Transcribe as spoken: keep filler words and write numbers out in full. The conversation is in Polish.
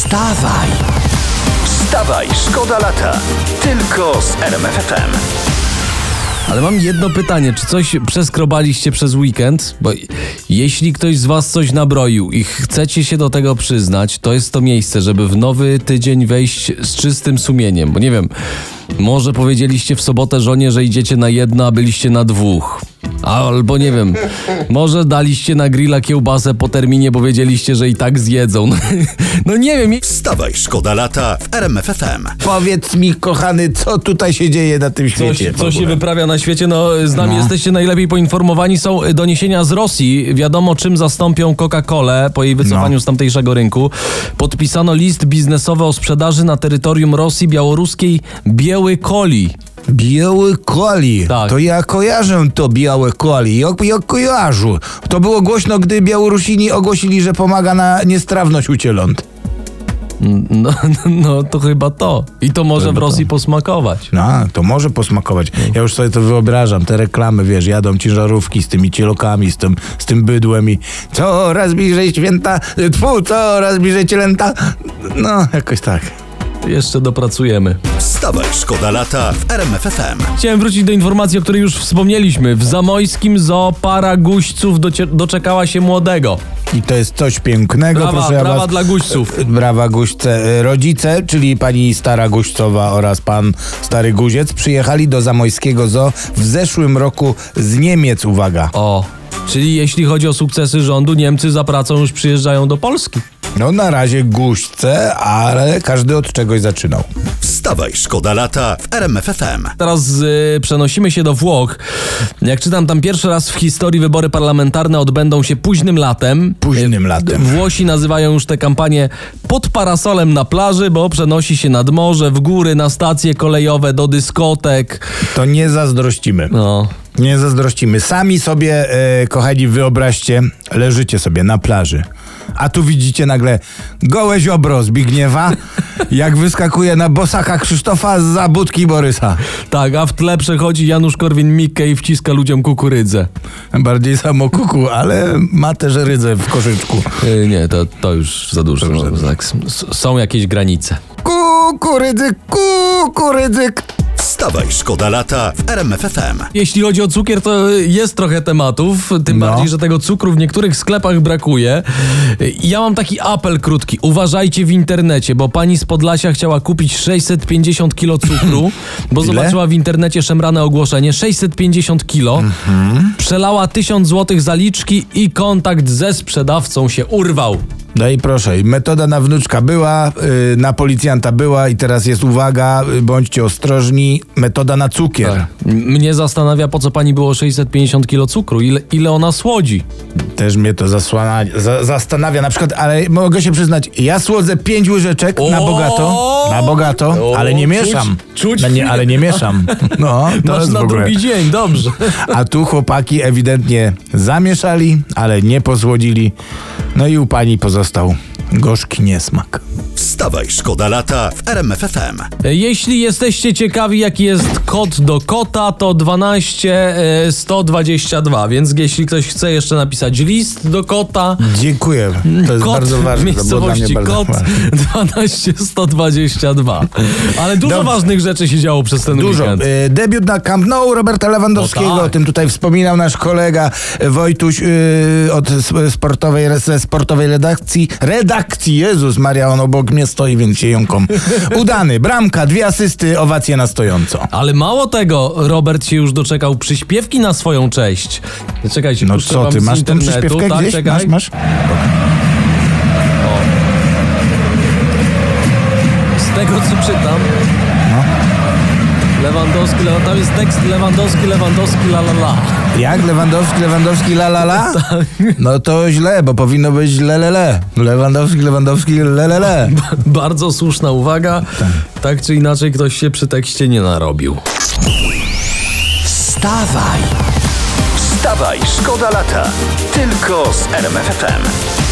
Wstawaj! Wstawaj, szkoda lata. Tylko z R M F F M. Ale mam jedno pytanie, czy coś przeskrobaliście przez weekend? Bo jeśli ktoś z was coś nabroił i chcecie się do tego przyznać, to jest to miejsce, żeby w nowy tydzień wejść z czystym sumieniem. Bo nie wiem, może powiedzieliście w sobotę żonie, że idziecie na jedno, a byliście na dwóch. Albo nie wiem, może daliście na grilla kiełbasę po terminie, bo wiedzieliście, że i tak zjedzą. No, no nie wiem. Wstawaj, szkoda lata w R M F F M. Powiedz mi, kochany, co tutaj się dzieje na tym Coś, świecie? co się wyprawia na świecie, no z nami No. jesteście najlepiej poinformowani. Są doniesienia z Rosji. Wiadomo, czym zastąpią Coca-Colę po jej wycofaniu No. z tamtejszego rynku. Podpisano list biznesowy o sprzedaży na terytorium Rosji białoruskiej Białej Coli. Biały Coli. Tak. To ja kojarzę to Białe Coli. Ja, ja kojarzę. To było głośno, gdy Białorusini ogłosili, że pomaga na niestrawność u cieląt. No, no to chyba to. I to może Chyba w Rosji to. posmakować. No, to może posmakować. Ja już sobie to wyobrażam. Te reklamy, wiesz, jadą ciężarówki z tymi cielokami, z tym, z tym bydłem i coraz bliżej święta, tfu, coraz bliżej cielęta. No, jakoś tak. Jeszcze dopracujemy. Wstawaj, szkoda lata w R M F F M. Chciałem wrócić do informacji, o której już wspomnieliśmy. W zamojskim zoo para guźców docie- doczekała się młodego. I to jest coś pięknego, Brawa, proszę ja brawa was. dla guźców. Brawa guźce. Rodzice, czyli pani stara Guźcowa oraz pan stary Guziec, przyjechali do zamojskiego zoo w zeszłym roku z Niemiec, uwaga. O, czyli jeśli chodzi o sukcesy rządu, Niemcy za pracą już przyjeżdżają do Polski. No na razie guźce, ale każdy od czegoś zaczynał. Wstawaj, szkoda lata w R M F F M. Teraz y, przenosimy się do Włoch. Jak czytam, tam pierwszy raz w historii wybory parlamentarne odbędą się późnym latem. Późnym latem. Włosi nazywają już tę kampanię pod parasolem na plaży, bo przenosi się nad morze, w góry, na stacje kolejowe, do dyskotek. To nie zazdrościmy. No. Nie zazdrościmy. Sami sobie, e, kochani, wyobraźcie, leżycie sobie na plaży, a tu widzicie nagle gołe ziobro Zbigniewa, jak wyskakuje na bosaka Krzysztofa za budki Borysa. Tak, a w tle przechodzi Janusz Korwin-Mikke i wciska ludziom kukurydzę. Bardziej samo kuku, ale ma też rydzę w koszyczku. Y, nie, to, to już za dużo. No, tak, s- są jakieś granice. Kukurydzyk, kukurydzyk. Wstawaj, szkoda lata w R M F F M. Jeśli chodzi o cukier, to jest trochę tematów, tym No. bardziej, że tego cukru w niektórych sklepach brakuje. I ja mam taki apel krótki. Uważajcie w internecie, bo pani z Podlasia chciała kupić sześćset pięćdziesiąt kilo cukru, bo Ile? zobaczyła w internecie szemrane ogłoszenie. sześćset pięćdziesiąt kilo. Mhm. Przelała tysiąc złotych zaliczki i kontakt ze sprzedawcą się urwał. No i proszę, metoda na wnuczka była, yy, na policjanta była i teraz jest uwaga, yy, bądźcie ostrożni, metoda na cukier. Tak. M- Mnie zastanawia, po co pani było sześćset pięćdziesiąt kilo cukru. Ile, ile ona słodzi? Też mnie to zasłania, za, zastanawia na przykład, ale mogę się przyznać, ja słodzę pięć łyżeczek na O! bogato, na bogato, O, ale nie czuć- mieszam. czuć No nie, ale nie mieszam. No, to Masz jest na w ogóle. drugi dzień, dobrze. A tu chłopaki ewidentnie zamieszali, ale nie posłodzili. No i u pani pozostał gorzki niesmak. Wstawaj, szkoda lata w R M F F M. Jeśli jesteście ciekawi, jaki jest kod do kota, to dwanaście sto dwadzieścia dwa, więc jeśli ktoś chce jeszcze napisać list do kota, Dziękuję. To jest kot bardzo ważne. To było dla mnie miejscowości bardzo kot ważne. dwanaście sto dwadzieścia dwa. Ale dużo Dobrze. ważnych rzeczy się działo przez ten Dużo. weekend. Y, debiut na Camp Nou Roberta Lewandowskiego, No tak. o tym tutaj wspominał nasz kolega Wojtuś y, od s- sportowej, ze sportowej redakcji. Redakcji, Jezus Maria, on obok mnie stoi, więc się jąkom. Udany, bramka, dwie asysty, owacje na stojąco. Ale mało tego, Robert się już doczekał przyśpiewki na swoją cześć. Czekajcie, No puszczę co wam ty, z masz tę internetu. przyśpiewkę Tak, gdzieś? czekaj. Masz, masz? Z tego co czytam. No. Lewandowski, le- tam jest tekst Lewandowski, Lewandowski, la la la. Jak? Lewandowski, Lewandowski, la la la? No to źle, bo powinno być le le le. Lewandowski, Lewandowski, le le le. Bardzo słuszna uwaga. Tak czy inaczej ktoś się przy tekście nie narobił. Wstawaj! Wstawaj, szkoda lata. Tylko z R M F F M.